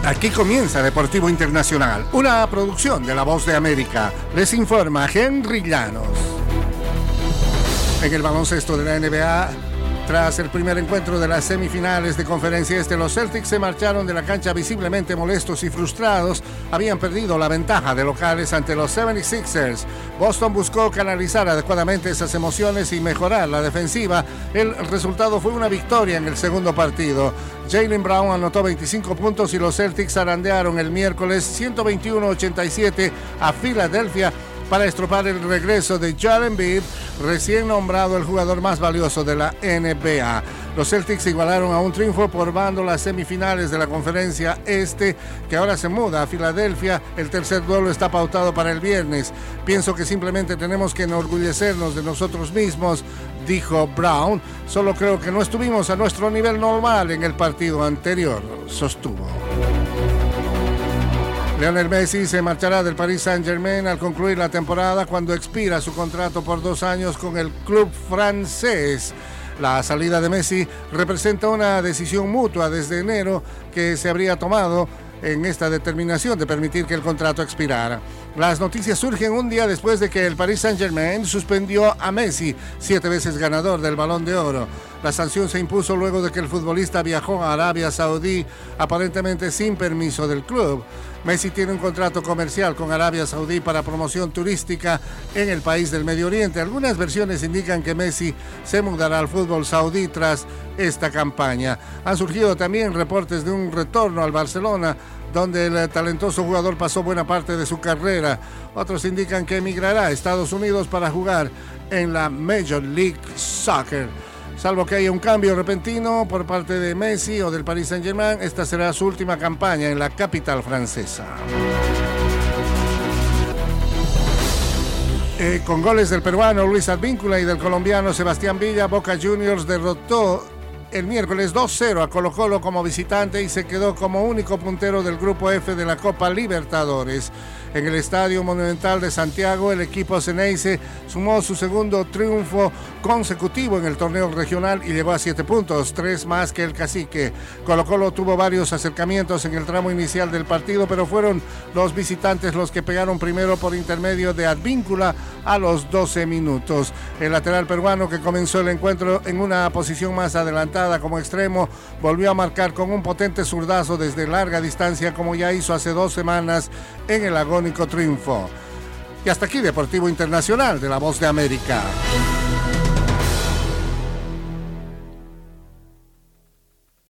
Aquí comienza Deportivo Internacional, una producción de La Voz de América. Les informa Henry Llanos. En el baloncesto de la NBA, tras el primer encuentro de las semifinales de Conferencia Este, los Celtics se marcharon de la cancha visiblemente molestos y frustrados. Habían perdido la ventaja de locales ante los 76ers. Boston buscó canalizar adecuadamente esas emociones y mejorar la defensiva. El resultado fue una victoria en el segundo partido. Jaylen Brown anotó 25 puntos y los Celtics zarandearon el miércoles 121-87 a Filadelfia para estropar el regreso de Joel Embiid, recién nombrado el jugador más valioso de la NBA. Los Celtics igualaron a un triunfo por bando las semifinales de la Conferencia Este, que ahora se muda a Filadelfia. El tercer duelo está pautado para el viernes. Pienso que simplemente tenemos que enorgullecernos de nosotros mismos, dijo Brown. Solo creo que no estuvimos a nuestro nivel normal en el partido anterior, sostuvo. Lionel Messi se marchará del Paris Saint-Germain al concluir la temporada, cuando expira su contrato por 2 años con el club francés. La salida de Messi representa una decisión mutua desde enero que se habría tomado en esta determinación de permitir que el contrato expirara. Las noticias surgen un día después de que el Paris Saint-Germain suspendió a Messi, 7 veces ganador del Balón de Oro. La sanción se impuso luego de que el futbolista viajó a Arabia Saudí, aparentemente sin permiso del club. Messi tiene un contrato comercial con Arabia Saudí para promoción turística en el país del Medio Oriente. Algunas versiones indican que Messi se mudará al fútbol saudí tras esta campaña. Han surgido también reportes de un retorno al Barcelona, donde el talentoso jugador pasó buena parte de su carrera. Otros indican que emigrará a Estados Unidos para jugar en la Major League Soccer. Salvo que haya un cambio repentino por parte de Messi o del Paris Saint-Germain, esta será su última campaña en la capital francesa. Con goles del peruano Luis Advíncula y del colombiano Sebastián Villa, Boca Juniors derrotó el miércoles 2-0 a Colo-Colo como visitante y se quedó como único puntero del Grupo F de la Copa Libertadores. En el Estadio Monumental de Santiago, el equipo Ceneice sumó su segundo triunfo consecutivo en el torneo regional y llegó a 7 puntos, 3 más que el Cacique. Colo-Colo tuvo varios acercamientos en el tramo inicial del partido, pero fueron los visitantes los que pegaron primero por intermedio de Advíncula a los 12 minutos. El lateral peruano, que comenzó el encuentro en una posición más adelantada como extremo, volvió a marcar con un potente zurdazo desde larga distancia, como ya hizo hace 2 semanas en el agónico triunfo. Y hasta aquí Deportivo Internacional de La Voz de América.